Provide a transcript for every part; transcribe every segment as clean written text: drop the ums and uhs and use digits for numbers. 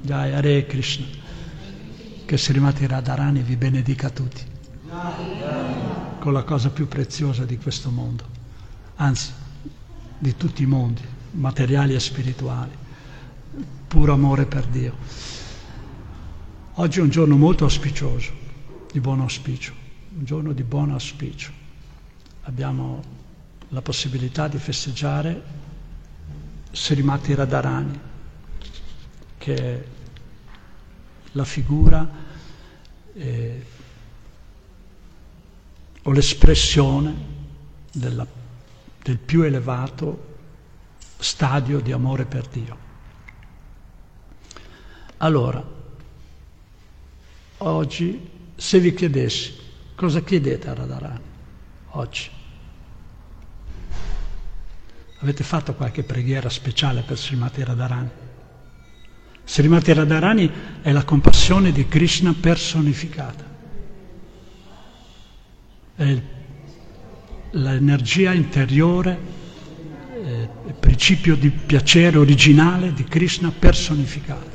Jai Hare Krishna. Che Srimati Radharani vi benedica tutti con la cosa più preziosa di questo mondo, anzi di tutti i mondi, materiali e spirituali, puro amore per Dio. Oggi è un giorno molto auspicioso, di buon auspicio, un giorno di buon auspicio. Abbiamo la possibilità di festeggiare Srimati Radharani, che è la figura o l'espressione del più elevato stadio di amore per Dio. Allora, oggi, se vi chiedessi, cosa chiedete a Radharani oggi? Avete fatto qualche preghiera speciale per Srimati Radharani? Srimati Radharani è la compassione di Krishna personificata. È l'energia interiore, il principio di piacere originale di Krishna personificato.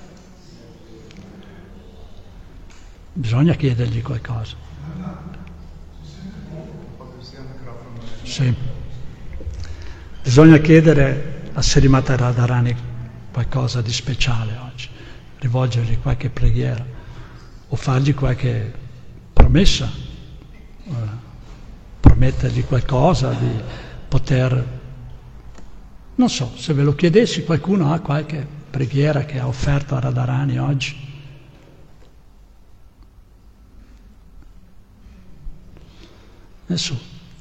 Bisogna chiedergli qualcosa. Sì. Bisogna chiedere a Srimati Radharani qualcosa di speciale oggi, rivolgergli qualche preghiera o fargli qualche promessa, promettergli qualcosa di poter, non so, se ve lo chiedessi, qualcuno ha qualche preghiera che ha offerto a Radharani oggi? Nessuno.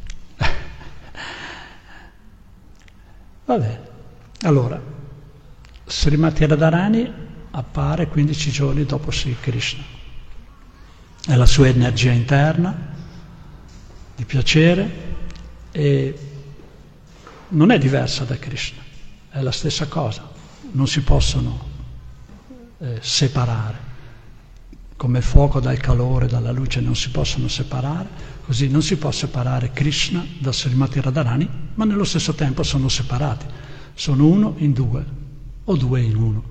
Vabbè, allora Srimati Radharani appare 15 giorni dopo Sri Krishna. È la sua energia interna di piacere e non è diversa da Krishna, è la stessa cosa, non si possono separare. Come il fuoco dal calore, dalla luce non si possono separare, così non si può separare Krishna da Srimati Radharani, ma nello stesso tempo sono separati, sono uno in due o due in uno.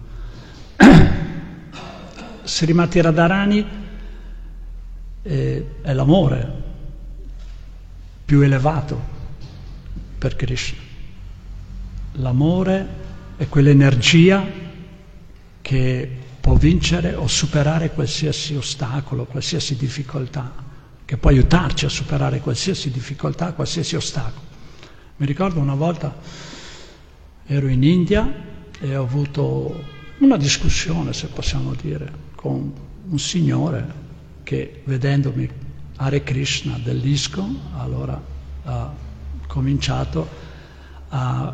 Srimati Radharani è l'amore più elevato per Krishna. L'amore è quell'energia che può vincere o superare qualsiasi ostacolo, qualsiasi difficoltà, che può aiutarci a superare qualsiasi difficoltà, qualsiasi ostacolo. Mi ricordo una volta ero in India e ho avuto una discussione, se possiamo dire, con un signore che, vedendomi Hare Krishna dell'ISKCON, allora ha cominciato a,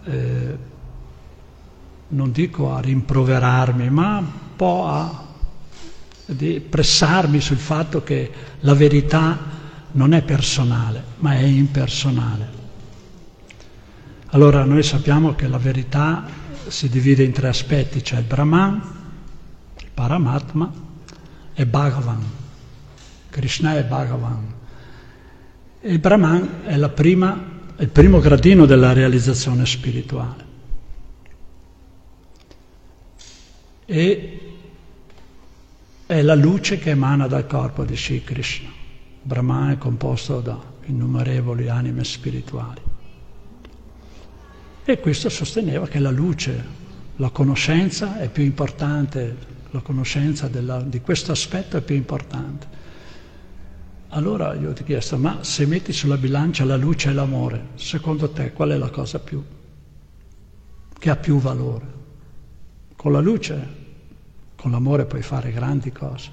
non dico a rimproverarmi, ma un po' a pressarmi sul fatto che la verità non è personale, ma è impersonale. Allora noi sappiamo che la verità si divide in tre aspetti, c'è il Brahman, il Paramatma e Bhagavan. Krishna è Bhagavan. E il Brahman è il primo gradino della realizzazione spirituale. E è la luce che emana dal corpo di Sri Krishna. Brahman è composto da innumerevoli anime spirituali. E questo sosteneva che la luce, la conoscenza è più importante, la conoscenza di questo aspetto è più importante. Allora io ti ho chiesto, ma se metti sulla bilancia la luce e l'amore, secondo te qual è la cosa che ha più valore? Con la luce, con l'amore puoi fare grandi cose.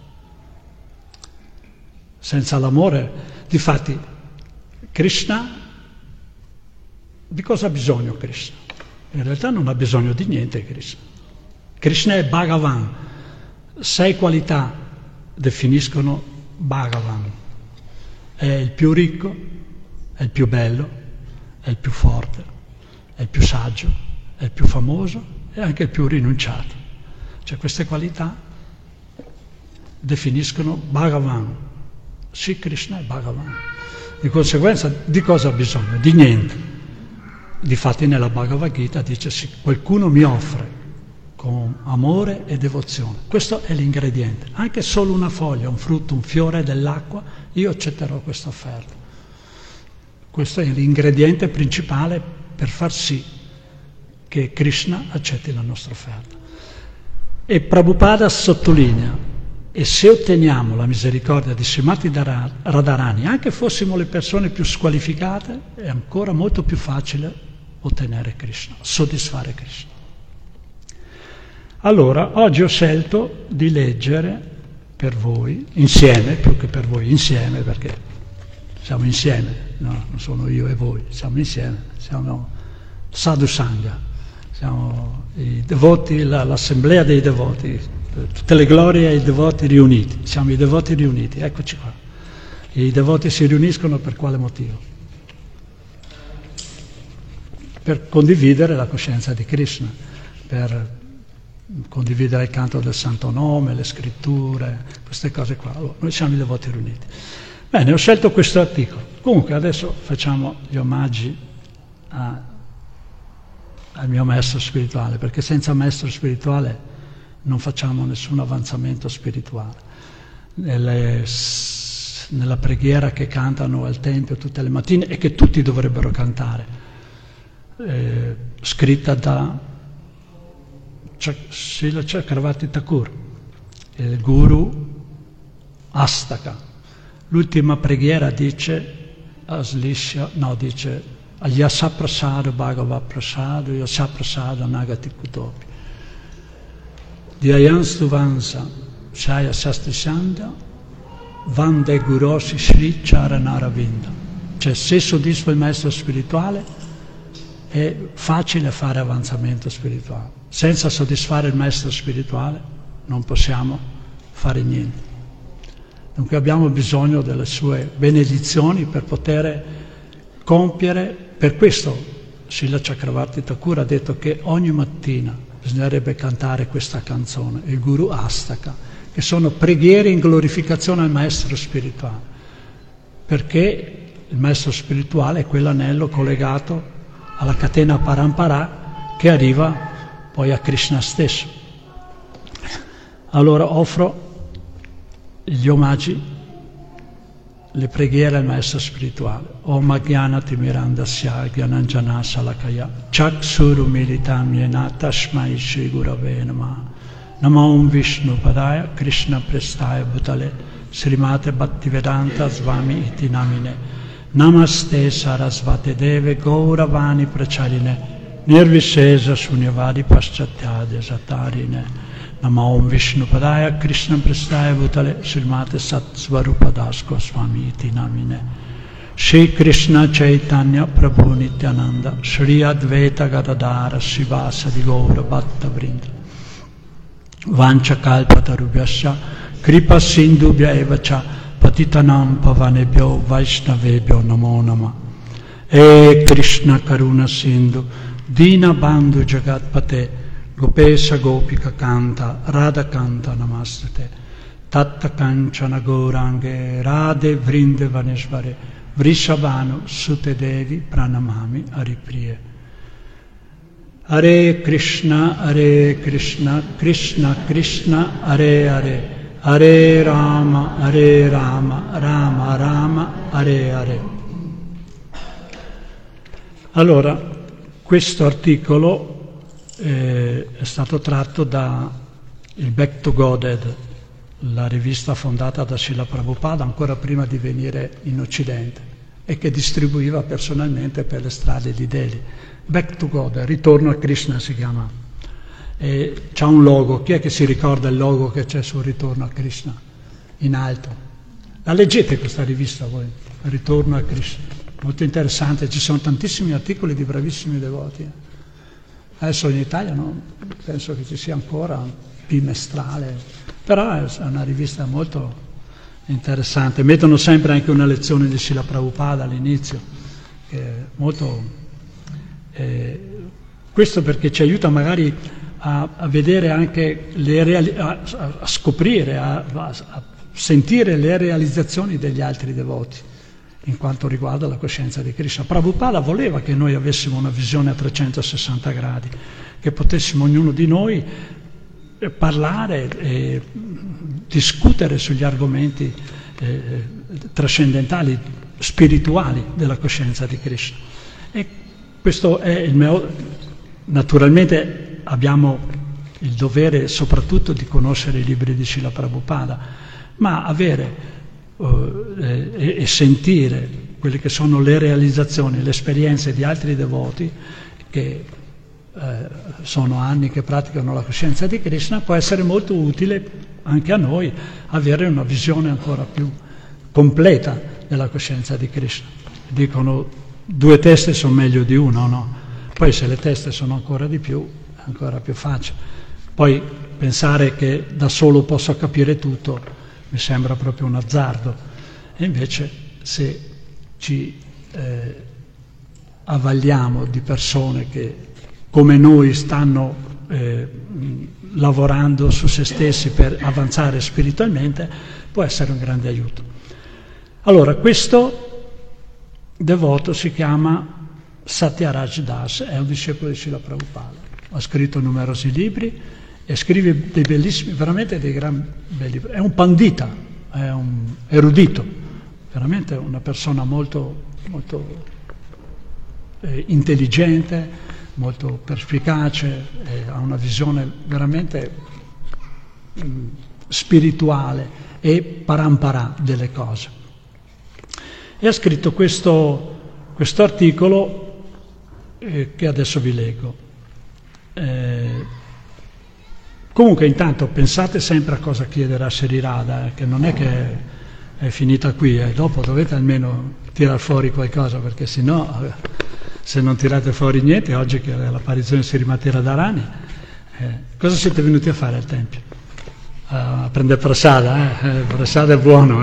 Senza l'amore, difatti, Krishna, di cosa ha bisogno Krishna? In realtà non ha bisogno di niente Krishna. Krishna è Bhagavan. 6 qualità definiscono Bhagavan. È il più ricco, è il più bello, è il più forte, è il più saggio, è il più famoso e anche il più rinunciato. Cioè queste qualità definiscono Bhagavan. Sri Krishna è Bhagavan. Di conseguenza di cosa ha bisogno? Di niente. Difatti nella Bhagavad Gita dice: se qualcuno mi offre con amore e devozione. Questo è l'ingrediente. Anche solo una foglia, un frutto, un fiore dell'acqua, io accetterò questa offerta. Questo è l'ingrediente principale per far sì che Krishna accetti la nostra offerta. E Prabhupada sottolinea: e se otteniamo la misericordia di Srimati Radharani, anche fossimo le persone più squalificate, è ancora molto più facile ottenere Krishna, soddisfare Krishna. Allora, oggi ho scelto di leggere per voi, insieme, più che per voi, insieme, perché siamo insieme, no? Non sono io e voi, siamo insieme, siamo Sadhu Sangha, siamo i devoti, l'assemblea dei devoti, tutte le glorie ai devoti riuniti, siamo i devoti riuniti, eccoci qua. I devoti si riuniscono per quale motivo? Per condividere la coscienza di Krishna, per condividere il canto del Santo Nome, le scritture, queste cose qua. Allora, noi siamo i devoti riuniti. Bene, ho scelto questo articolo. Comunque adesso facciamo gli omaggi al mio maestro spirituale, perché senza maestro spirituale non facciamo nessun avanzamento spirituale. Nella preghiera che cantano al Tempio tutte le mattine e che tutti dovrebbero cantare, scritta da Srila Chakravarti Thakur, il guru Astaka. L'ultima preghiera dice Yasa Prasada Bhagava Prasada, Yasa Prasada Nagati Kutopi. Dhyayanstu Vansa Shaya Sastishanda Vande Gurosi Sri Charanaravinda. Cioè, se soddisfa il maestro spirituale è facile fare avanzamento spirituale. Senza soddisfare il maestro spirituale non possiamo fare niente. Dunque abbiamo bisogno delle sue benedizioni per poter compiere. Per questo Srila Chakravarti Thakur ha detto che ogni mattina bisognerebbe cantare questa canzone, il Guru Astaka, che sono preghiere in glorificazione al maestro spirituale, perché il maestro spirituale è quell'anello collegato alla catena parampara che arriva poi a Krishna stesso. Allora offro gli omaggi, le preghiere al maestro spirituale. Om Ajnana Timirandasya Gyananjana Salakaya Chakshuru Militam Yena Tashmai Shri Gurave Namaha Namo Om Vishnu Padaya Krishna Prestaya Bhutale Srimate Bhaktivedanta Swami Iti Namine Namaste Sarasvate Deve Gauravani Pracharine Nirvishesa Shunyavadi Paschatya Satarine Namo Om Vishnu Padaya Krishna Prestaya Bhutale Srimate Satsvarupa Das Goswami Iti Namine Shri Krishna Chaitanya Prabhu Nityananda Shri Advaita Gadadara Srivasadi Gaura Bhatta Vrinda Vancha Kalpatarubhyasya Kripa Sindhubhya Evacha Patitanam Pavanebhyo Vaishnavebhyo Namo Nama E Krishna Karuna Sindhu Dina Bandhu Jagatpate Gopesha Gopika Kanta Radha Kanta Namastate Tatta Kanchana Gaurange Radhe Vrindavaneshvare Vrishabhanu Sute Devi Pranamami Haripriye. Hare Krishna, Krishna Krishna, Hare Hare, Hare Rama, Rama Rama, Hare Hare. Allora, questo articolo è stato tratto da il Back to Godhead, la rivista fondata da Srila Prabhupada ancora prima di venire in Occidente e che distribuiva personalmente per le strade di Delhi. Back to God, Ritorno a Krishna si chiama. E c'ha un logo. Chi è che si ricorda il logo che c'è sul Ritorno a Krishna? In alto. La leggete questa rivista voi? Ritorno a Krishna. Molto interessante, ci sono tantissimi articoli di bravissimi devoti. Adesso in Italia no, penso che ci sia ancora bimestrale, però è una rivista molto interessante. Mettono sempre anche una lezione di Srila Prabhupada all'inizio, che è molto... questo perché ci aiuta magari a vedere anche a scoprire, a sentire le realizzazioni degli altri devoti, in quanto riguarda la coscienza di Krishna. Prabhupada voleva che noi avessimo una visione a 360 gradi, che potessimo ognuno di noi parlare e discutere sugli argomenti trascendentali, spirituali della coscienza di Krishna. E questo è il mio... Naturalmente abbiamo il dovere soprattutto di conoscere i libri di Srila Prabhupada, ma avere e sentire quelle che sono le realizzazioni, le esperienze di altri devoti che sono anni che praticano la coscienza di Krishna, può essere molto utile anche a noi avere una visione ancora più completa della coscienza di Krishna. Dicono 2 teste sono meglio di una, no? Poi se le teste sono ancora di più, è ancora più facile. Poi pensare che da solo posso capire tutto mi sembra proprio un azzardo. E invece se ci avvaliamo di persone che come noi stanno lavorando su se stessi per avanzare spiritualmente, può essere un grande aiuto. Allora, questo devoto si chiama Satyaraj Das, è un discepolo di Srila Prabhupada, ha scritto numerosi libri e scrive dei bellissimi, veramente dei gran bei libri. È un pandita, è un erudito, veramente una persona molto, molto intelligente, molto perspicace, ha una visione veramente spirituale e parampara delle cose. E ha scritto questo articolo che adesso vi leggo. Comunque intanto pensate sempre a cosa chiedere a Sri Radha, che non è che è finita qui, dopo dovete almeno tirar fuori qualcosa, perché sennò se non tirate fuori niente, oggi che è l'apparizione di Srimati Radharani, cosa siete venuti a fare al Tempio? A prendere prasada, prasada è buono,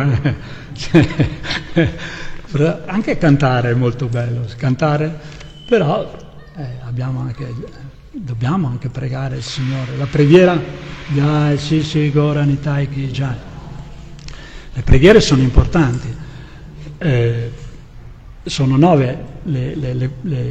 anche cantare è molto bello, cantare, però dobbiamo anche pregare il Signore. La preghiera, Jai Shri Gaura Nitai Ki Jai. Le preghiere sono importanti, sono 9 le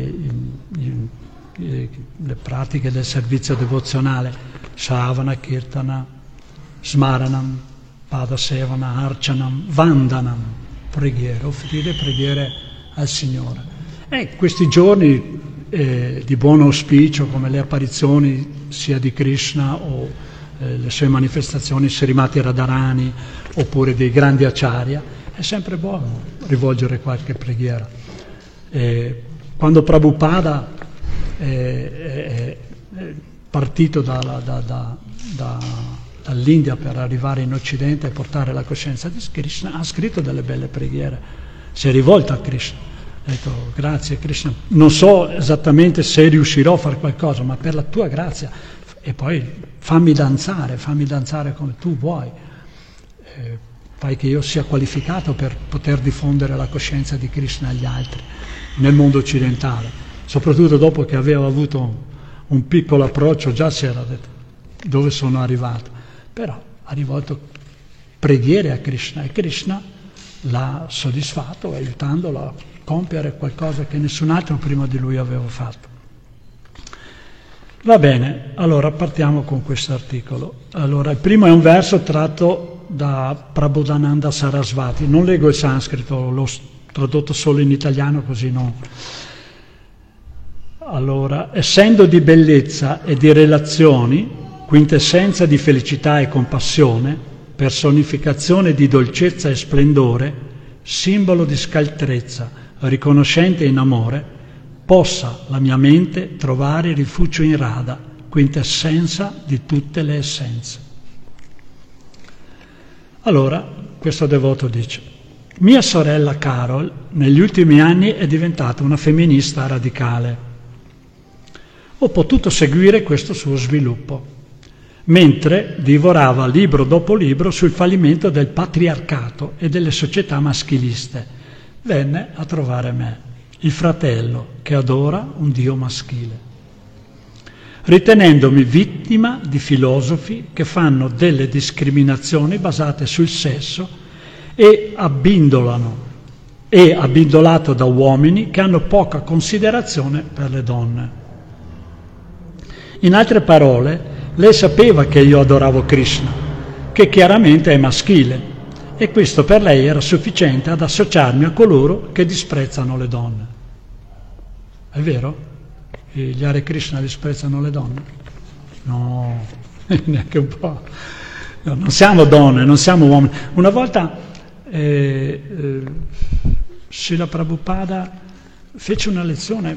pratiche del servizio devozionale: Shravana, Kirtana, Smaranam, Padasevana, Archanam, Vandanam, preghiere, offrire preghiere al Signore. E questi giorni di buon auspicio, come le apparizioni sia di Krishna o le sue manifestazioni Srimati Radharani oppure dei grandi acharya, è sempre buono rivolgere qualche preghiera. Quando Prabhupada è partito dall'India per arrivare in Occidente e portare la coscienza di Krishna, ha scritto delle belle preghiere, si è rivolto a Krishna. Ha detto: grazie Krishna, non so esattamente se riuscirò a fare qualcosa, ma per la tua grazia, e poi fammi danzare come tu vuoi, fai che io sia qualificato per poter diffondere la coscienza di Krishna agli altri nel mondo occidentale. Soprattutto dopo che aveva avuto un piccolo approccio, già si era detto dove sono arrivato, però ha rivolto preghiere a Krishna e Krishna l'ha soddisfatto aiutandolo a compiere qualcosa che nessun altro prima di lui aveva fatto. Va bene, allora partiamo con questo articolo. Allora, il primo è un verso tratto da Prabodhananda Sarasvati. Non leggo il sanscrito, l'ho tradotto solo in italiano, così no. Allora, essendo di bellezza e di relazioni, quintessenza di felicità e compassione, personificazione di dolcezza e splendore, simbolo di scaltrezza, riconoscente in amore, possa la mia mente trovare rifugio in Radha, quintessenza di tutte le essenze. Allora, questo devoto dice: mia sorella Carol negli ultimi anni è diventata una femminista radicale. Ho potuto seguire questo suo sviluppo, mentre divorava libro dopo libro sul fallimento del patriarcato e delle società maschiliste. Venne a trovare me, il fratello che adora un Dio maschile, ritenendomi vittima di filosofi che fanno delle discriminazioni basate sul sesso e abbindolano e abbindolato da uomini che hanno poca considerazione per le donne. In altre parole, lei sapeva che io adoravo Krishna, che chiaramente è maschile, e questo per lei era sufficiente ad associarmi a coloro che disprezzano le donne. È vero? Gli Hare Krishna disprezzano le donne? No, neanche un po'. No, non siamo donne, non siamo uomini. Una volta Srila Prabhupada fece una lezione,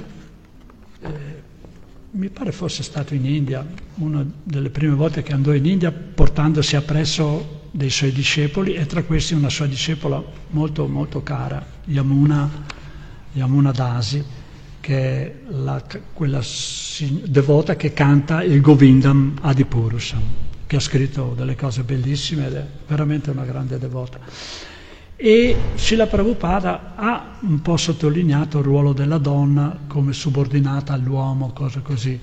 mi pare fosse stato in India, una delle prime volte che andò in India, portandosi appresso dei suoi discepoli, e tra questi una sua discepola molto molto cara, Yamuna Dasi, che è quella devota che canta il Govindam Adipurusham, che ha scritto delle cose bellissime ed è veramente una grande devota. E Srila Prabhupada ha un po' sottolineato il ruolo della donna come subordinata all'uomo, cose così.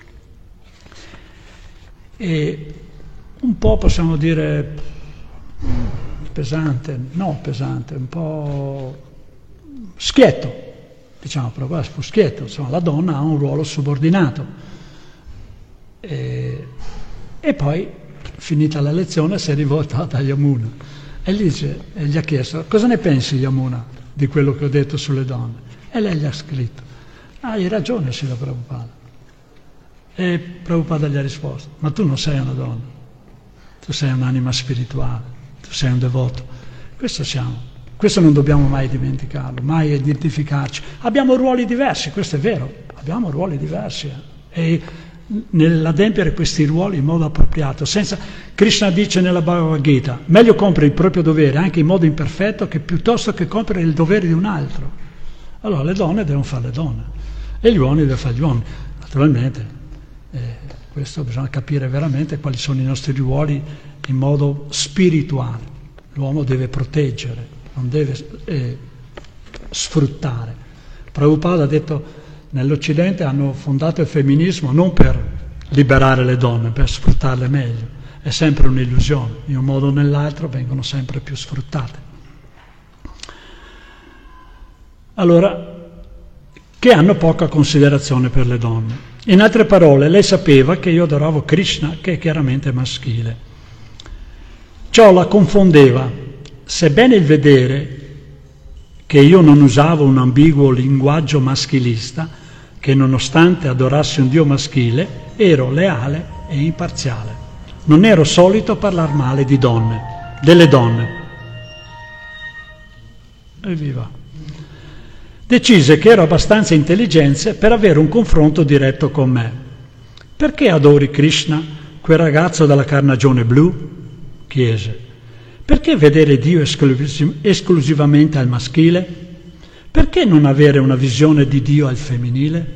E un po' possiamo dire pesante, un po' schietto, diciamo, Prabhupada fu schietto, insomma, la donna ha un ruolo subordinato. E poi, finita la lezione, si è rivolta a Yamuna. E gli ha chiesto: cosa ne pensi, Yamuna, di quello che ho detto sulle donne? E lei gli ha scritto: hai ragione, Srila Prabhupada. E Prabhupada gli ha risposto: ma tu non sei una donna, tu sei un'anima spirituale, tu sei un devoto. Questo siamo, questo non dobbiamo mai dimenticarlo, mai identificarci. Abbiamo ruoli diversi, questo è vero, abbiamo ruoli diversi. E nell'adempiere questi ruoli in modo appropriato, senza... Krishna dice nella Bhagavad Gita: meglio compiere il proprio dovere anche in modo imperfetto che piuttosto che compiere il dovere di un altro. Allora le donne devono fare le donne e gli uomini devono fare gli uomini. Naturalmente questo bisogna capire veramente quali sono i nostri ruoli in modo spirituale. L'uomo deve proteggere, non deve sfruttare. Prabhupada ha detto: nell'Occidente hanno fondato il femminismo non per liberare le donne, per sfruttarle meglio. È sempre un'illusione, in un modo o nell'altro vengono sempre più sfruttate. Allora, che hanno poca considerazione per le donne. In altre parole, lei sapeva che io adoravo Krishna, che è chiaramente maschile. Ciò la confondeva, sebbene il vedere che io non usavo un ambiguo linguaggio maschilista, che nonostante adorassi un Dio maschile, ero leale e imparziale. Non ero solito parlare male di donne, delle donne. Evviva! Decise che ero abbastanza intelligente per avere un confronto diretto con me. Perché adori Krishna, quel ragazzo dalla carnagione blu? Chiese. Perché vedere Dio esclusivamente al maschile? Perché non avere una visione di Dio al femminile?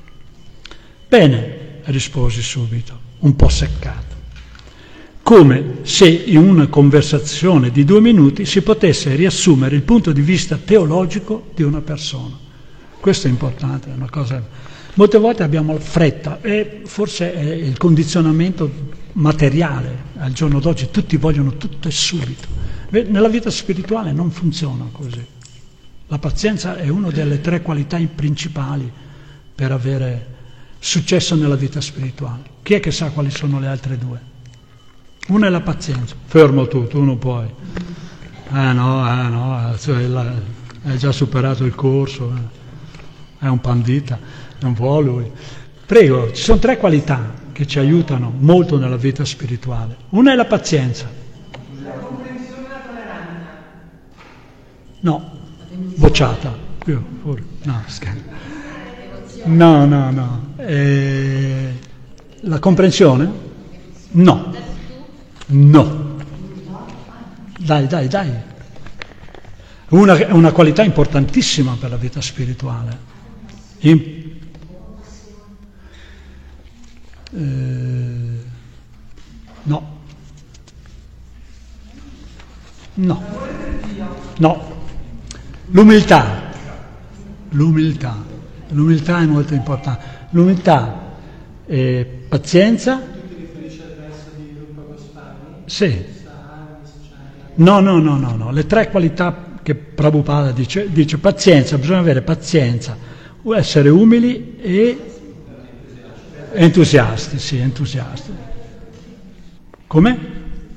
Bene, risposi subito, un po' seccato. Come se in una conversazione di 2 minuti si potesse riassumere il punto di vista teologico di una persona. Questo è importante, è una cosa... Molte volte abbiamo fretta e forse è il condizionamento materiale al giorno d'oggi, tutti vogliono tutto e subito. Nella vita spirituale non funziona così. La pazienza è una delle 3 qualità principali per avere successo nella vita spirituale. Chi è che sa quali sono le altre 2? Una è la pazienza. Fermo tu non puoi. No, cioè, hai già superato il corso, è un pandita, non può lui. Prego, ci sono 3 qualità che ci aiutano molto nella vita spirituale. Una è la pazienza. La comprensione e la tolleranza. No, bocciata. Fuori. No, scherzo. No. La comprensione? No. Dai. Una qualità importantissima per la vita spirituale. No. L'umiltà è molto importante. L'umiltà, pazienza. Sì. No. Le 3 qualità che Prabhupada dice pazienza, bisogna avere pazienza, essere umili e entusiasti, sì, entusiasti. Come?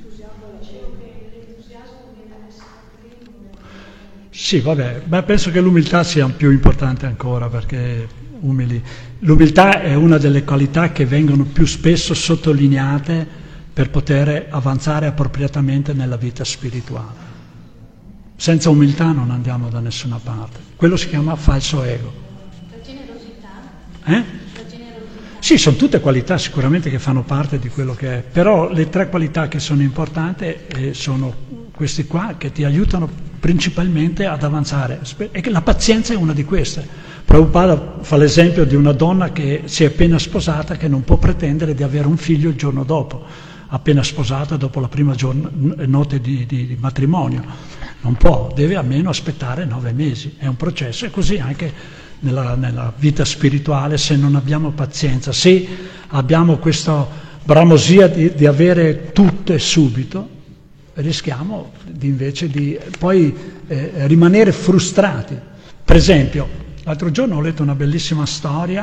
Sì, vabbè, ma penso che l'umiltà sia più importante ancora, perché l'umiltà è una delle qualità che vengono più spesso sottolineate per poter avanzare appropriatamente nella vita spirituale. Senza umiltà non andiamo da nessuna parte. Quello si chiama falso ego. La generosità? La generosità. Sì, sono tutte qualità sicuramente che fanno parte di quello che è, però le 3 qualità che sono importanti sono questi qua, che ti aiutano principalmente ad avanzare, e che la pazienza è una di queste. Prabhupada fa l'esempio di una donna che si è appena sposata, che non può pretendere di avere un figlio il giorno dopo, appena sposata dopo la prima notte di matrimonio. Non può, deve almeno aspettare 9 mesi, è un processo, e così anche nella vita spirituale, se non abbiamo pazienza, se abbiamo questa bramosia di avere tutto e subito, rischiamo invece di poi rimanere frustrati. Per esempio, l'altro giorno ho letto una bellissima storia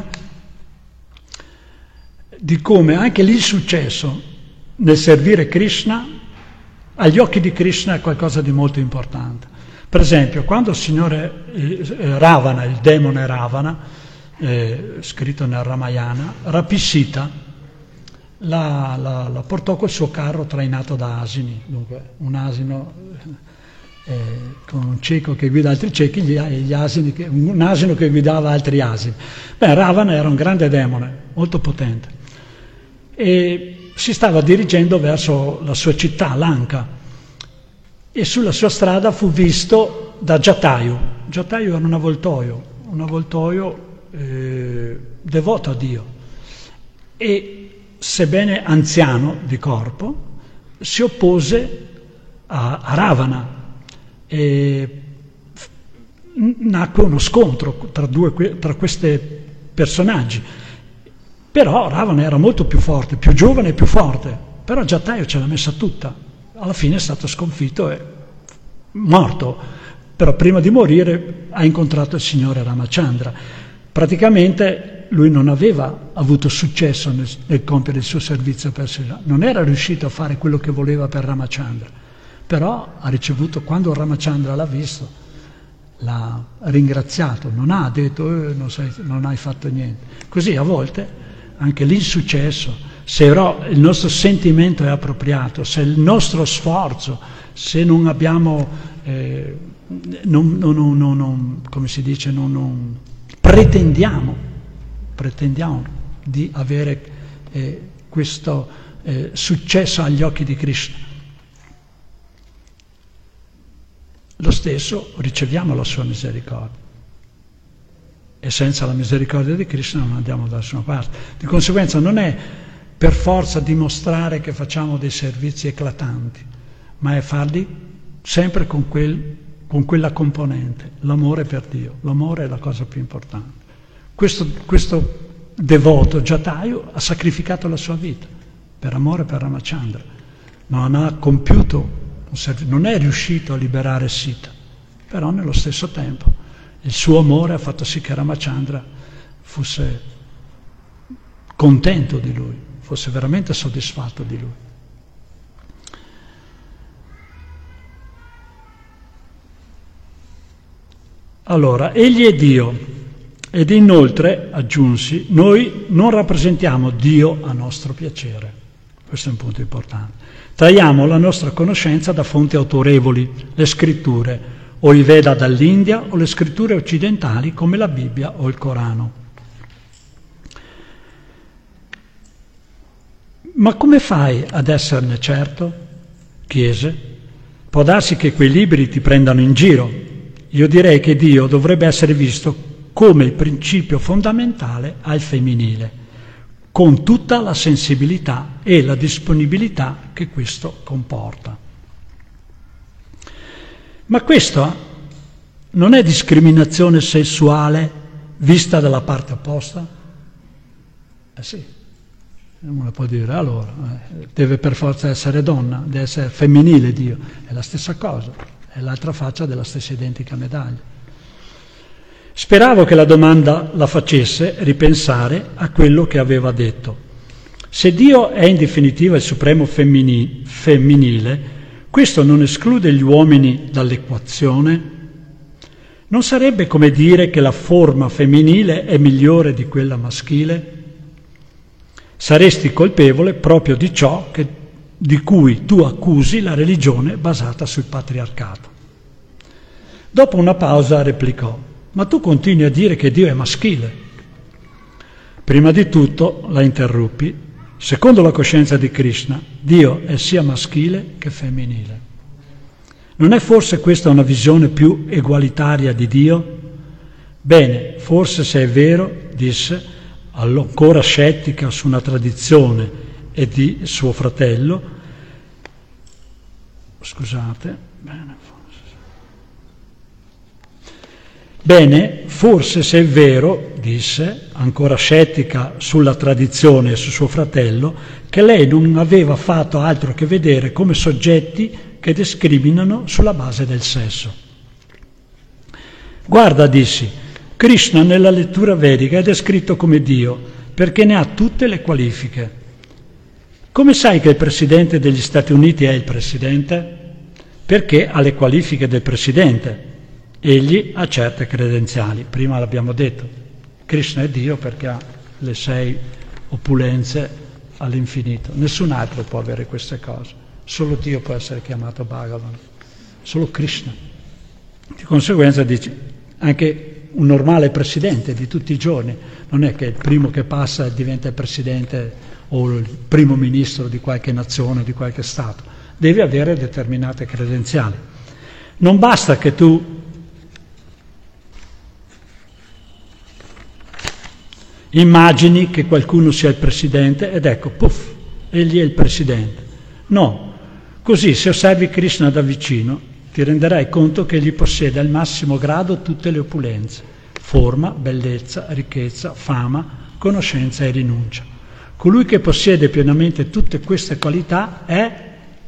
di come anche l'insuccesso nel servire Krishna, agli occhi di Krishna, è qualcosa di molto importante. Per esempio, quando il signore Ravana, il demone Ravana, scritto nel Ramayana, rapì Sita, la portò col suo carro trainato da asini, dunque un asino con un cieco che guida altri ciechi, un asino che guidava altri asini. Ravana era un grande demone, molto potente, e si stava dirigendo verso la sua città, Lanka, e sulla sua strada fu visto da Jatayu. Jatayu era un avvoltoio devoto a Dio, e sebbene anziano di corpo, si oppose a Ravana e nacque uno scontro tra questi personaggi. Però Ravana era molto più forte, più giovane e più forte, però Jatayu ce l'ha messa tutta. Alla fine è stato sconfitto e morto, però prima di morire ha incontrato il signore Ramachandra. Praticamente lui non aveva avuto successo nel compiere il suo servizio per Sri, non era riuscito a fare quello che voleva per Ramachandra, però ha ricevuto, quando Ramachandra l'ha visto, l'ha ringraziato, non ha detto non hai fatto niente. Così a volte anche l'insuccesso, se il nostro sentimento è appropriato, se il nostro sforzo, se non abbiamo, come si dice, non pretendiamo di avere questo successo agli occhi di Krishna, lo stesso riceviamo la sua misericordia, e senza la misericordia di Krishna non andiamo da nessuna parte. Di conseguenza non è per forza dimostrare che facciamo dei servizi eclatanti, ma è farli sempre con quella componente, l'amore per Dio. L'amore è la cosa più importante. Questo devoto Jatayu ha sacrificato la sua vita per amore per Ramachandra, non ha compiuto, non è riuscito a liberare Sita, però nello stesso tempo il suo amore ha fatto sì che Ramachandra fosse contento di lui, fosse veramente soddisfatto di lui. Allora, egli è Dio, ed inoltre, aggiunsi, noi non rappresentiamo Dio a nostro piacere. Questo è un punto importante. Traiamo la nostra conoscenza da fonti autorevoli, le scritture, o i Veda dall'India, o le scritture occidentali come la Bibbia o il Corano. Ma come fai ad esserne certo? Chiese. Può darsi che quei libri ti prendano in giro. Io direi che Dio dovrebbe essere visto come il principio fondamentale al femminile, con tutta la sensibilità e la disponibilità che questo comporta. Ma questo non è discriminazione sessuale vista dalla parte opposta? Sì, uno può dire, allora, deve per forza essere donna, deve essere femminile Dio, è la stessa cosa, è l'altra faccia della stessa identica medaglia. Speravo che la domanda la facesse ripensare a quello che aveva detto. Se Dio è in definitiva il supremo femminile, questo non esclude gli uomini dall'equazione? Non sarebbe come dire che la forma femminile è migliore di quella maschile? Saresti colpevole proprio di ciò di cui tu accusi la religione basata sul patriarcato. Dopo una pausa replicò: ma tu continui a dire che Dio è maschile. Prima di tutto, la interruppi, secondo la coscienza di Krishna, Dio è sia maschile che femminile. Non è forse questa una visione più egualitaria di Dio? Bene, forse se è vero, disse, ancora scettica su una tradizione e di suo fratello, Bene, forse se è vero, disse, ancora scettica sulla tradizione e su suo fratello, che lei non aveva fatto altro che vedere come soggetti che discriminano sulla base del sesso. Guarda, dissi, Krishna nella lettura vedica è descritto come Dio perché ne ha tutte le qualifiche. Come sai che il Presidente degli Stati Uniti è il Presidente? Perché ha le qualifiche del Presidente. Egli ha certe credenziali. Prima l'abbiamo detto. Krishna è Dio perché ha le 6 opulenze all'infinito. Nessun altro può avere queste cose. Solo Dio può essere chiamato Bhagavan. Solo Krishna. Di conseguenza dici, anche un normale presidente di tutti i giorni, non è che il primo che passa diventa il presidente o il primo ministro di qualche nazione, di qualche stato. Deve avere determinate credenziali. Non basta che tu immagini che qualcuno sia il presidente ed ecco, puff, egli è il presidente. No, così se osservi Krishna da vicino ti renderai conto che egli possiede al massimo grado tutte le opulenze: forma, bellezza, ricchezza, fama, conoscenza e rinuncia. Colui che possiede pienamente tutte queste qualità è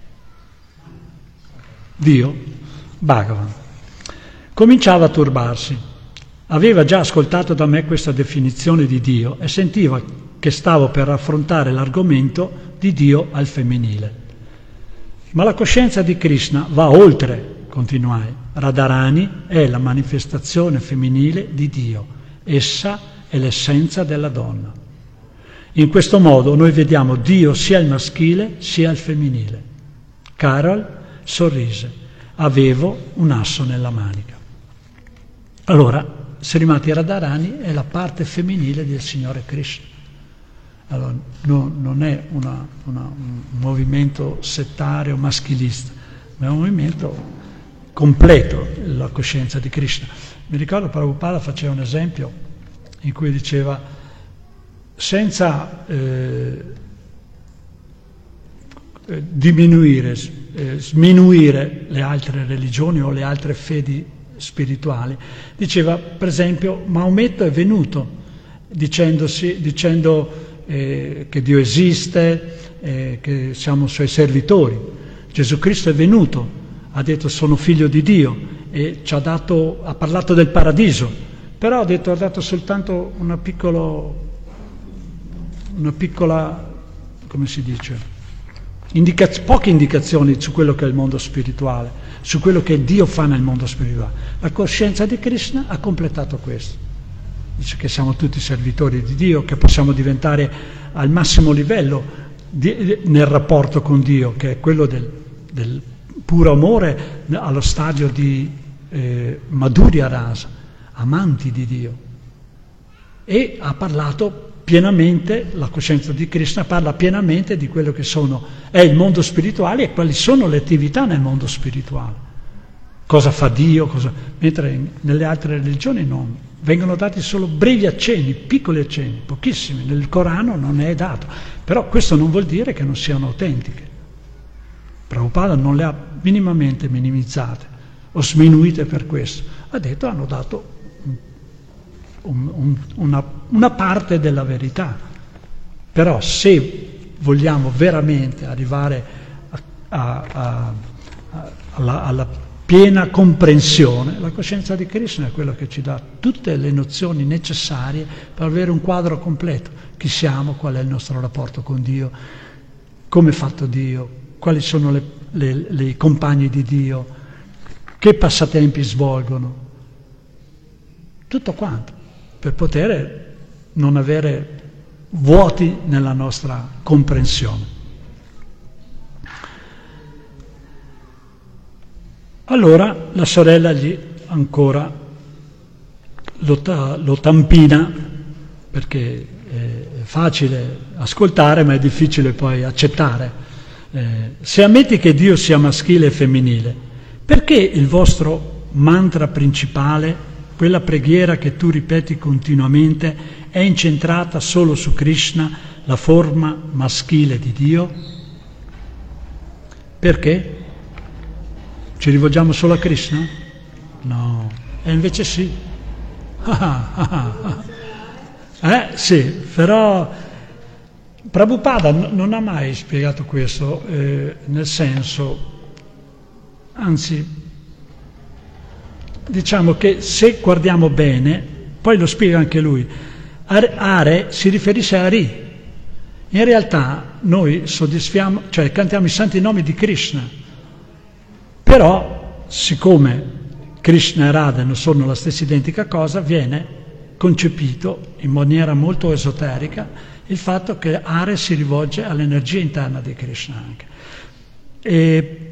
Dio, Bhagavan. Cominciava a turbarsi. Aveva già ascoltato da me questa definizione di Dio e sentiva che stavo per affrontare l'argomento di Dio al femminile. Ma la coscienza di Krishna va oltre, continuai. Radharani è la manifestazione femminile di Dio. Essa è l'essenza della donna. In questo modo noi vediamo Dio sia il maschile sia il femminile. Carol sorrise. Avevo un asso nella manica. Allora, Srimati Radharani è la parte femminile del Signore Krishna. Allora, non è un movimento settario maschilista, ma è un movimento completo, la coscienza di Krishna. Mi ricordo Prabhupada faceva un esempio in cui diceva, senza sminuire le altre religioni o le altre fedi spirituali, diceva per esempio Maometto è venuto dicendo che Dio esiste, che siamo suoi servitori. Gesù Cristo è venuto, ha detto sono figlio di Dio e ha parlato del paradiso, però ha dato soltanto una piccola, come si dice, poche indicazioni su quello che è il mondo spirituale, su quello che Dio fa nel mondo spirituale. La coscienza di Krishna ha completato questo. Dice che siamo tutti servitori di Dio, che possiamo diventare al massimo livello nel rapporto con Dio, che è quello del puro amore allo stadio di Madhurya Rasa, amanti di Dio. E ha parlato pienamente, la coscienza di Krishna parla pienamente di quello che è il mondo spirituale e quali sono le attività nel mondo spirituale. Cosa fa Dio, mentre nelle altre religioni non. Vengono dati solo brevi accenni, piccoli accenni, pochissimi, nel Corano non è dato, però questo non vuol dire che non siano autentiche. Prabhupada non le ha minimamente minimizzate o sminuite per questo, ha detto hanno dato una parte della verità, però se vogliamo veramente arrivare alla piena comprensione. La coscienza di Krishna è quella che ci dà tutte le nozioni necessarie per avere un quadro completo. Chi siamo, qual è il nostro rapporto con Dio, come è fatto Dio, quali sono i compagni di Dio, che passatempi svolgono. Tutto quanto, per poter non avere vuoti nella nostra comprensione. Allora la sorella gli ancora lo tampina, perché è facile ascoltare ma è difficile poi accettare. Se ammetti che Dio sia maschile e femminile, perché il vostro mantra principale, quella preghiera che tu ripeti continuamente, è incentrata solo su Krishna, la forma maschile di Dio? Perché? Ci rivolgiamo solo a Krishna? No, e invece sì. Sì, però Prabhupada non ha mai spiegato questo, nel senso, anzi, diciamo che se guardiamo bene, poi lo spiega anche lui, Are si riferisce a Hari. In realtà noi soddisfiamo, cioè cantiamo i santi nomi di Krishna. Però, siccome Krishna e Radha non sono la stessa identica cosa, viene concepito in maniera molto esoterica il fatto che Are si rivolge all'energia interna di Krishna anche. E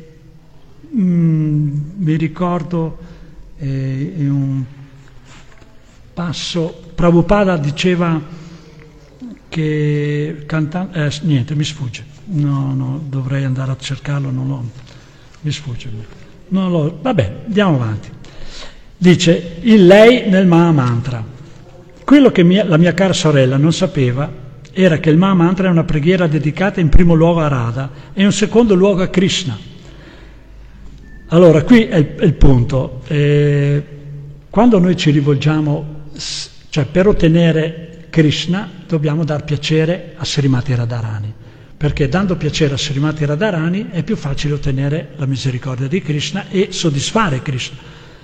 mi ricordo in un passo, Prabhupada diceva che cantando... niente, mi sfugge. No, dovrei andare a cercarlo, non l'ho... Mi sfugge. Vabbè, andiamo avanti. Dice, il lei nel Mahamantra. Quello che la mia cara sorella non sapeva era che il Mahamantra è una preghiera dedicata in primo luogo a Radha e in secondo luogo a Krishna. Allora, qui è il punto. Quando noi ci rivolgiamo, cioè per ottenere Krishna, dobbiamo dar piacere a Srimati Radharani. Perché dando piacere a Srimati Radharani è più facile ottenere la misericordia di Krishna e soddisfare Krishna.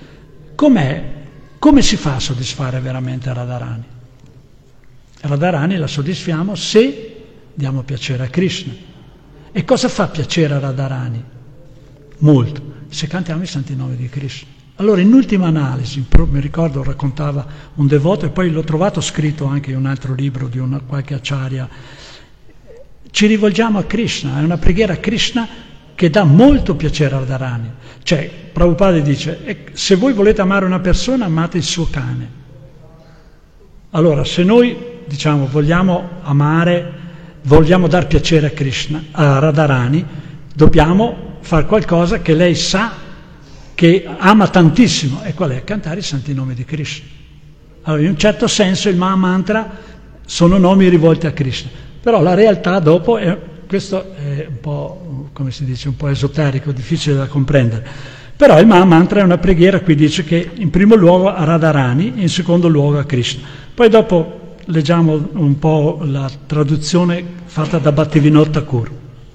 Come si fa a soddisfare veramente Radharani? Radharani la soddisfiamo se diamo piacere a Krishna. E cosa fa piacere a Radharani? Molto, se cantiamo i santi nomi di Krishna. Allora, in ultima analisi, mi ricordo, raccontava un devoto, e poi l'ho trovato scritto anche in un altro libro di qualche acharya, ci rivolgiamo a Krishna, è una preghiera a Krishna che dà molto piacere a Radharani. Cioè, Prabhupada dice, se voi volete amare una persona, amate il suo cane. Allora, se noi, diciamo, vogliamo dar piacere a Krishna, a Radharani, dobbiamo fare qualcosa che lei sa che ama tantissimo. E qual è? Cantare i santi nomi di Krishna. Allora, in un certo senso il Mahamantra sono nomi rivolti a Krishna. Però la realtà dopo, questo è un po', come si dice, un po' esoterico, difficile da comprendere. Però il Mahamantra è una preghiera, qui dice che in primo luogo a Radharani e in secondo luogo a Krishna. Poi dopo leggiamo un po' la traduzione fatta da Bhaktivinoda Thakur.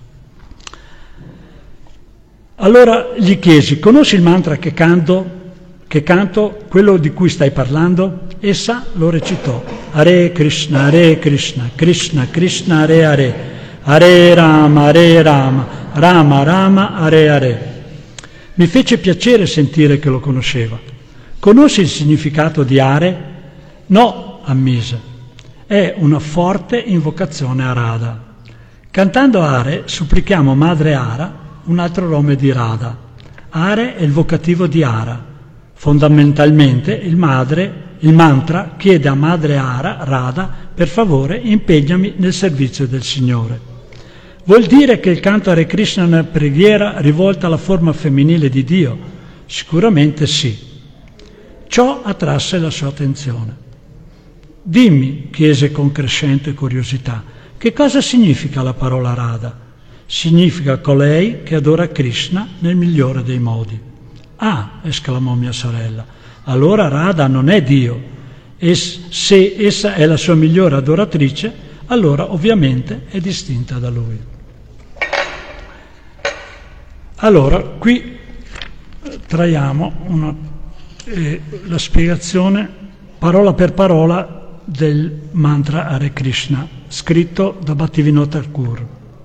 Allora gli chiesi, conosci il mantra che canto, quello di cui stai parlando? Essa lo recitò, Hare Krishna, Krishna Krishna, Hare Hare, Hare Rama, Rama Rama, Hare Hare. Mi fece piacere sentire che lo conosceva. Conosci il significato di Hare? No, ammise. È una forte invocazione a Radha. Cantando Hare supplichiamo Madre Ara, un altro nome di Radha. Hare è il vocativo di Ara. Fondamentalmente il mantra chiede a Madre Ara, Radha, per favore impegnami nel servizio del Signore. Vuol dire che il canto Hare Krishna è una preghiera rivolta alla forma femminile di Dio? Sicuramente sì. Ciò attrasse la sua attenzione. Dimmi, chiese con crescente curiosità, che cosa significa la parola Radha? Significa colei che adora Krishna nel migliore dei modi. Ah, esclamò mia sorella, allora Radha non è Dio, e se essa è la sua migliore adoratrice, allora ovviamente è distinta da Lui. Allora, qui traiamo la spiegazione parola per parola del mantra Hare Krishna, scritto da Bhaktivinoda Thakur.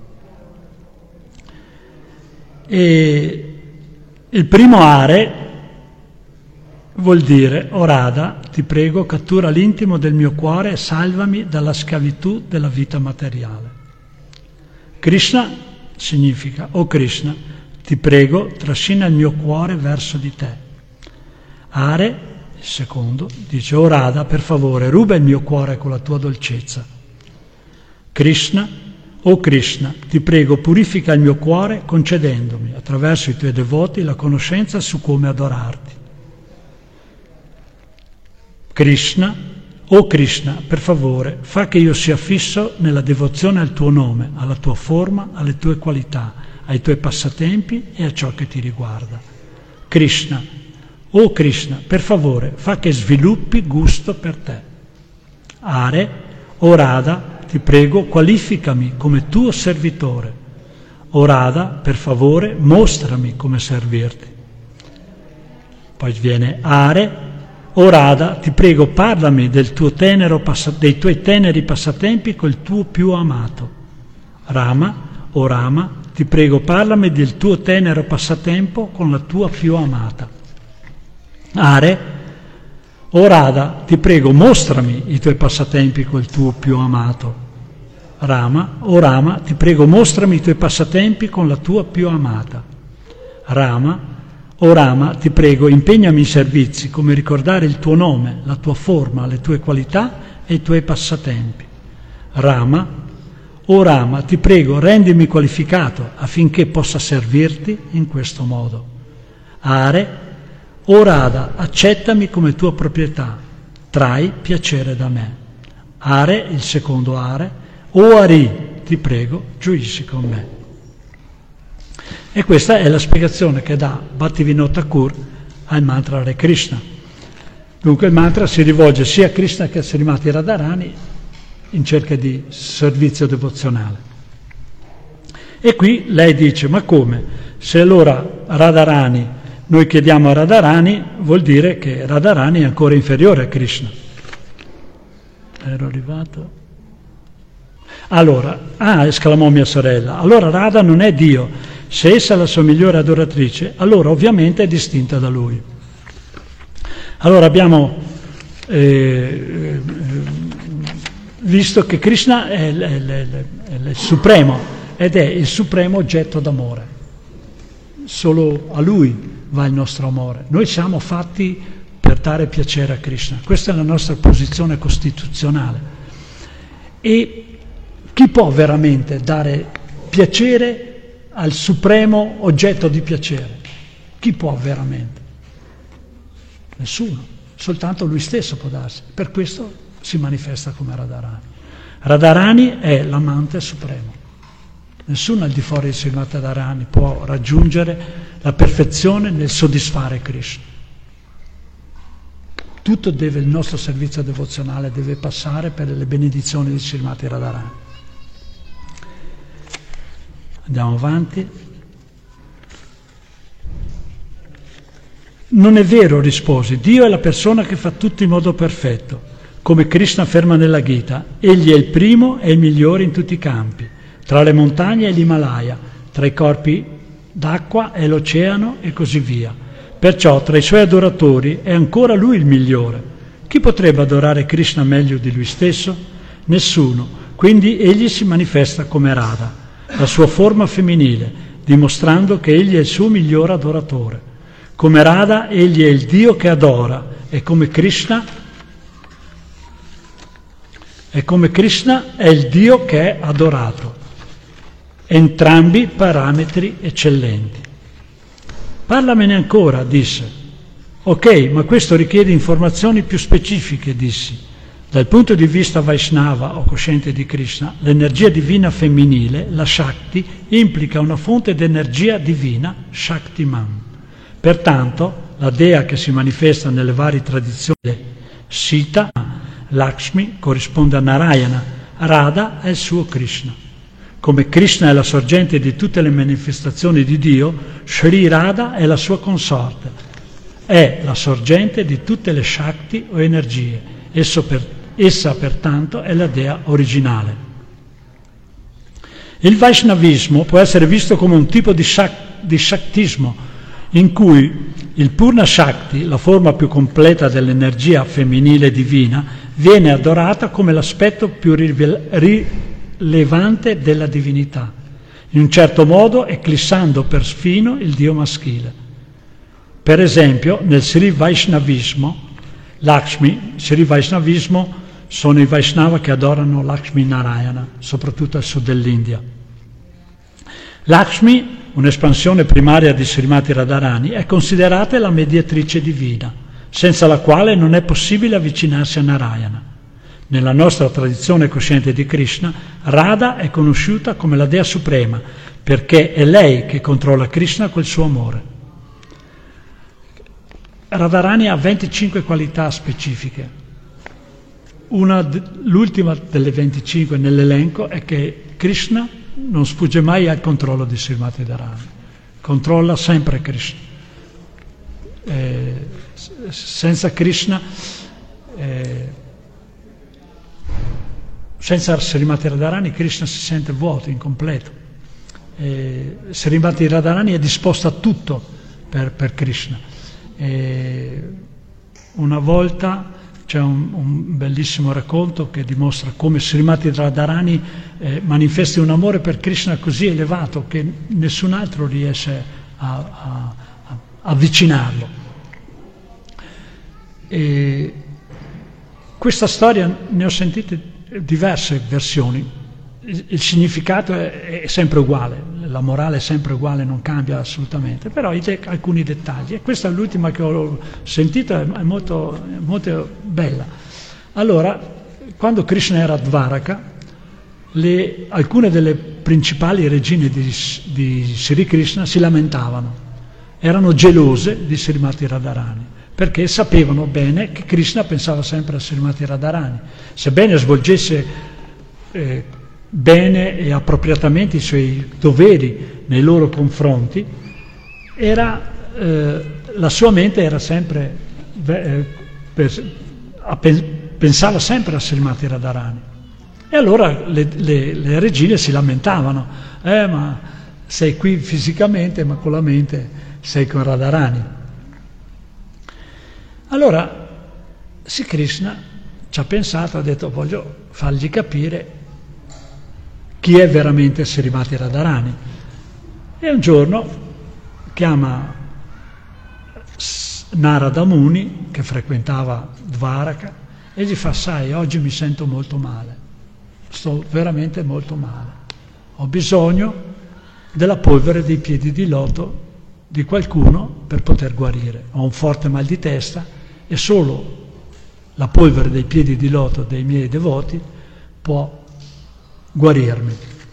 E il primo Hare vuol dire: O Radha, ti prego, cattura l'intimo del mio cuore e salvami dalla schiavitù della vita materiale. Krishna significa: O Krishna, ti prego, trascina il mio cuore verso di te. Hare, il secondo, dice: O Radha, per favore, ruba il mio cuore con la tua dolcezza. Krishna: O Krishna, ti prego, purifica il mio cuore concedendomi, attraverso i tuoi devoti, la conoscenza su come adorarti. Krishna: O Krishna, per favore, fa che io sia fisso nella devozione al tuo nome, alla tua forma, alle tue qualità, ai tuoi passatempi e a ciò che ti riguarda. Krishna: O Krishna, per favore, fa che sviluppi gusto per te. Hare: O Radha, ti prego, qualificami come tuo servitore. O Radha, per favore, mostrami come servirti. Poi viene Hare: O Radha, ti prego, parlami dei tuoi teneri passatempi col tuo più amato. Rama: O Rama, ti prego, parlami del tuo tenero passatempo con la tua più amata. Hare: O Radha, ti prego, mostrami i tuoi passatempi col tuo più amato. Rama: O Rama, ti prego, mostrami i tuoi passatempi con la tua più amata. Rama: O Rama, ti prego, impegnami in servizi come ricordare il tuo nome, la tua forma, le tue qualità e i tuoi passatempi. Rama: O Rama, ti prego, rendimi qualificato affinché possa servirti in questo modo. Hare: O Radha, accettami come tua proprietà, trai piacere da me. Hare, il secondo Hare: O Hari, ti prego, gioisci con me. E questa è la spiegazione che dà Bhaktivinoda Thakur al mantra Hare Krishna. Dunque il mantra si rivolge sia a Krishna che a Srimati Radharani in cerca di servizio devozionale. E qui lei dice: ma come? Se allora Radharani, noi chiediamo a Radharani, vuol dire che Radharani è ancora inferiore a Krishna. Ero arrivato. Allora, esclamò mia sorella, allora Radha non è Dio. Se essa è la sua migliore adoratrice, allora ovviamente è distinta da lui. Allora abbiamo visto che Krishna è il supremo ed è il supremo oggetto d'amore. Solo a lui va il nostro amore. Noi siamo fatti per dare piacere a Krishna. Questa è la nostra posizione costituzionale. E chi può veramente dare piacere al supremo oggetto di piacere? Chi può veramente? Nessuno, soltanto lui stesso può darsi. Per questo si manifesta come Radharani. Radharani è l'amante supremo. Nessuno al di fuori di Srimati Radharani può raggiungere la perfezione nel soddisfare Krishna. Tutto il nostro servizio devozionale deve passare per le benedizioni di Srimati Radharani. Andiamo avanti. Non è vero, risposi, Dio è la persona che fa tutto in modo perfetto. Come Krishna afferma nella Gita, egli è il primo e il migliore in tutti i campi, tra le montagne e l'Himalaya, tra i corpi d'acqua e l'oceano e così via. Perciò tra i suoi adoratori è ancora lui il migliore. Chi potrebbe adorare Krishna meglio di lui stesso? Nessuno. Quindi egli si manifesta come Radha, la sua forma femminile, dimostrando che egli è il suo migliore adoratore. Come Radha egli è il Dio che adora e come Krishna è il Dio che è adorato. Entrambi parametri eccellenti. Parlamene ancora, disse. Ok, ma questo richiede informazioni più specifiche, dissi. Dal punto di vista Vaishnava o cosciente di Krishna, l'energia divina femminile, la Shakti, implica una fonte di energia divina, Shaktiman. Pertanto, la dea che si manifesta nelle varie tradizioni, Sita, Lakshmi, corrisponde a Narayana, Radha è il suo Krishna. Come Krishna è la sorgente di tutte le manifestazioni di Dio, Sri Radha è la sua consorte. È la sorgente di tutte le Shakti o energie. Essa pertanto è la dea originale. Il Vaishnavismo può essere visto come un tipo di Shaktismo, in cui il Purna Shakti, la forma più completa dell'energia femminile divina, viene adorata come l'aspetto più rilevante della divinità, in un certo modo eclissando perfino il dio maschile. Per esempio, nel Sri Vaishnavismo, Sri Vaishnavismo sono i Vaishnava che adorano Lakshmi Narayana, soprattutto al sud dell'India. Lakshmi, un'espansione primaria di Srimati Radharani, è considerata la mediatrice divina, senza la quale non è possibile avvicinarsi a Narayana. Nella nostra tradizione cosciente di Krishna, Radha è conosciuta come la Dea Suprema, perché è lei che controlla Krishna col suo amore. Radharani ha 25 qualità specifiche. L'ultima delle 25 nell'elenco è che Krishna non sfugge mai al controllo di Srimati Radharani, controlla sempre Krishna. Senza Krishna, senza Srimati Radharani, Krishna si sente vuoto, incompleto. Srimati Radharani è disposta a tutto per Krishna. Una volta c'è un bellissimo racconto che dimostra come Srimati Radharani manifesti un amore per Krishna così elevato che nessun altro riesce a avvicinarlo. E questa storia ne ho sentite diverse versioni. Il significato è sempre uguale, la morale è sempre uguale, non cambia assolutamente, però alcuni dettagli. E questa è l'ultima che ho sentito, è molto, molto bella. Allora, quando Krishna era a Dvaraka, alcune delle principali regine di Sri Krishna si lamentavano, erano gelose di Srimati Radharani, perché sapevano bene che Krishna pensava sempre a Srimati Radharani. Sebbene svolgesse bene e appropriatamente i suoi doveri nei loro confronti, la sua mente era sempre pensava sempre a Srimati Radharani. E allora le regine si lamentavano, ma sei qui fisicamente, ma con la mente sei con Radharani. Allora Sri Krishna ci ha pensato, ha detto voglio fargli capire chi è veramente Srimati Radharani. E un giorno chiama Narada Muni, che frequentava Dvaraka, e gli fa: sai, oggi mi sento molto male, sto veramente molto male, ho bisogno della polvere dei piedi di loto di qualcuno per poter guarire, ho un forte mal di testa e solo la polvere dei piedi di loto dei miei devoti può guarirmi.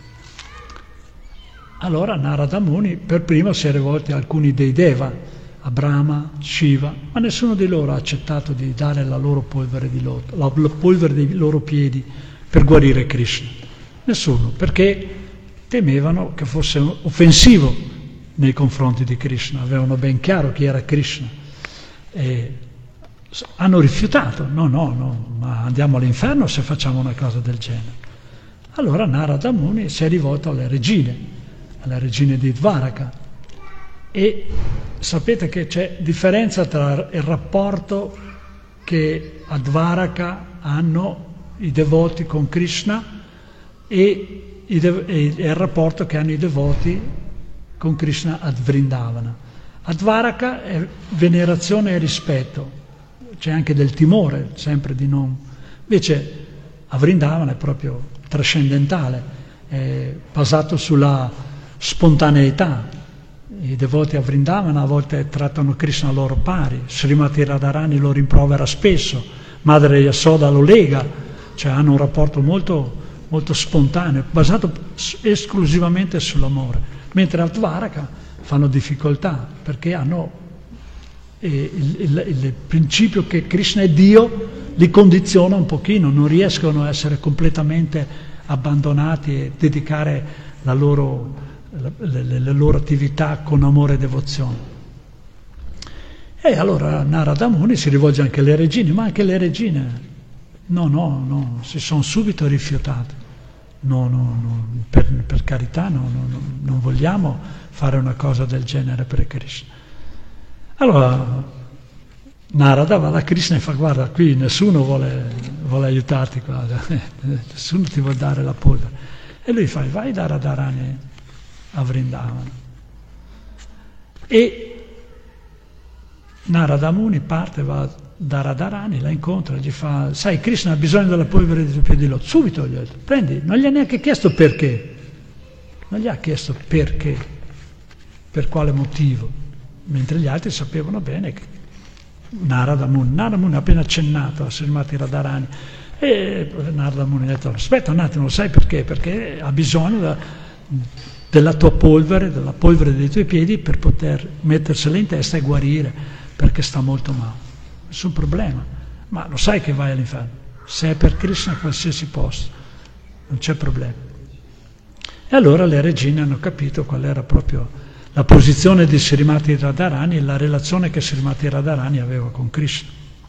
Allora Narada Muni per primo si è rivolto a alcuni dei Deva, a Brahma, Shiva, ma nessuno di loro ha accettato di dare la loro polvere di loto, la polvere dei loro piedi per guarire Krishna. Nessuno, perché temevano che fosse offensivo nei confronti di Krishna, avevano ben chiaro chi era Krishna e hanno rifiutato, no, ma andiamo all'inferno se facciamo una cosa del genere. Allora Narada Muni si è rivolto alle regine di Dvaraka, e sapete che c'è differenza tra il rapporto che a Dvaraka hanno i devoti con Krishna e il rapporto che hanno i devoti con Krishna ad Vrindavana. A Dvaraka è venerazione e rispetto, c'è anche del timore, sempre di non. Invece a Vrindavana è proprio trascendentale, è basato sulla spontaneità. I devoti a Vrindavana a volte trattano Krishna a loro pari, Srimati Radharani lo rimprovera spesso, Madre Yasoda lo lega, cioè hanno un rapporto molto, molto spontaneo, basato esclusivamente sull'amore, mentre a Dvaraka fanno difficoltà perché hanno il principio che Krishna è Dio, li condiziona un pochino, non riescono a essere completamente abbandonati e dedicare le loro attività con amore e devozione. E allora Narada Muni si rivolge anche alle regine, ma anche le regine no, si sono subito rifiutate. No, per carità, non vogliamo fare una cosa del genere per Krishna. Allora Narada va da Krishna e fa: guarda, qui nessuno vuole aiutarti qua, nessuno ti vuole dare la polvere. E lui fa: vai da Radharani a Vrindavana. E Narada Muni parte, va da Radharani, la incontra, gli fa: sai, Krishna ha bisogno della polvere dei tuoi piedi di loto. Subito gli ha detto: prendi. Non gli ha neanche chiesto perché, non gli ha chiesto perché, per quale motivo, mentre gli altri sapevano bene che Narada Muni ha appena accennato a Srimati Radharani, e Narada Muni ha detto: aspetta un attimo, sai perché? Perché ha bisogno della tua polvere, della polvere dei tuoi piedi, per poter mettersela in testa e guarire, perché sta molto male. Nessun problema, ma lo sai che vai all'inferno. Se è per Krishna, a qualsiasi posto, non c'è problema. E allora le regine hanno capito qual era proprio la posizione di Srimati Radharani e la relazione che Srimati Radharani aveva con Krishna.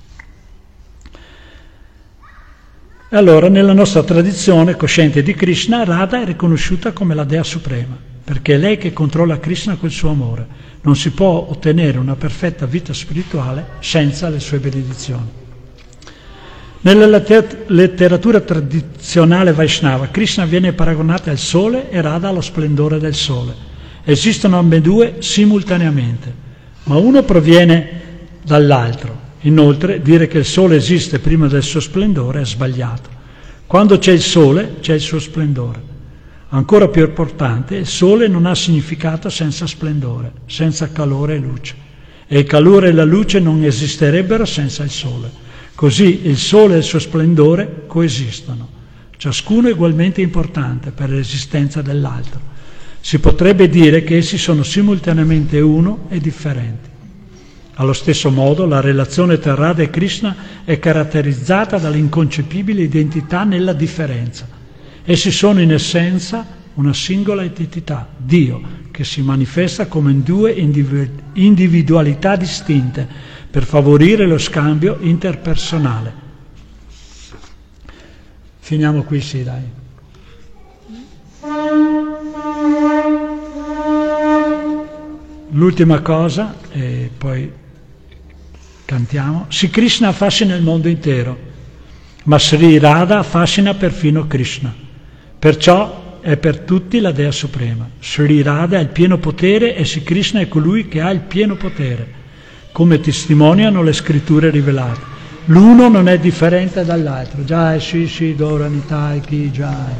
E allora, nella nostra tradizione cosciente di Krishna, Radha è riconosciuta come la Dea Suprema, perché è lei che controlla Krishna col suo amore. Non si può ottenere una perfetta vita spirituale senza le sue benedizioni. Nella letteratura tradizionale Vaishnava, Krishna viene paragonato al sole e Radha allo splendore del sole. Esistono ambedue simultaneamente, ma uno proviene dall'altro. Inoltre, dire che il sole esiste prima del suo splendore è sbagliato. Quando c'è il sole, c'è il suo splendore. Ancora più importante, il sole non ha significato senza splendore, senza calore e luce. E il calore e la luce non esisterebbero senza il sole. Così il sole e il suo splendore coesistono, ciascuno ugualmente importante per l'esistenza dell'altro. Si potrebbe dire che essi sono simultaneamente uno e differenti. Allo stesso modo, la relazione tra Radha e Krishna è caratterizzata dall'inconcepibile identità nella differenza. Essi sono in essenza una singola identità, Dio, che si manifesta come in due individualità distinte per favorire lo scambio interpersonale. Finiamo qui, sì, dai. L'ultima cosa, e poi cantiamo. Sri Krishna affascina il mondo intero, ma Sri Radha affascina perfino Krishna. Perciò è per tutti la Dea Suprema. Sri Radha ha il pieno potere e Sri Krishna è colui che ha il pieno potere, come testimoniano le scritture rivelate. L'uno non è differente dall'altro. Jai Shri Shri Gaura Nitai Ki Jai.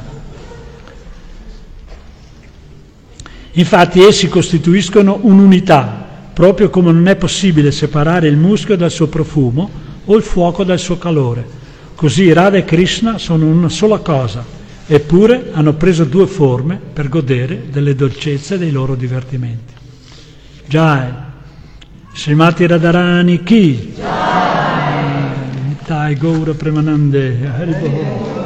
Infatti essi costituiscono un'unità, proprio come non è possibile separare il muschio dal suo profumo o il fuoco dal suo calore. Così Radha e Krishna sono una sola cosa, eppure hanno preso due forme per godere delle dolcezze dei loro divertimenti. Jai Srimati Radharani Ki Jai Nitai Gaura Premanande Hari Bol.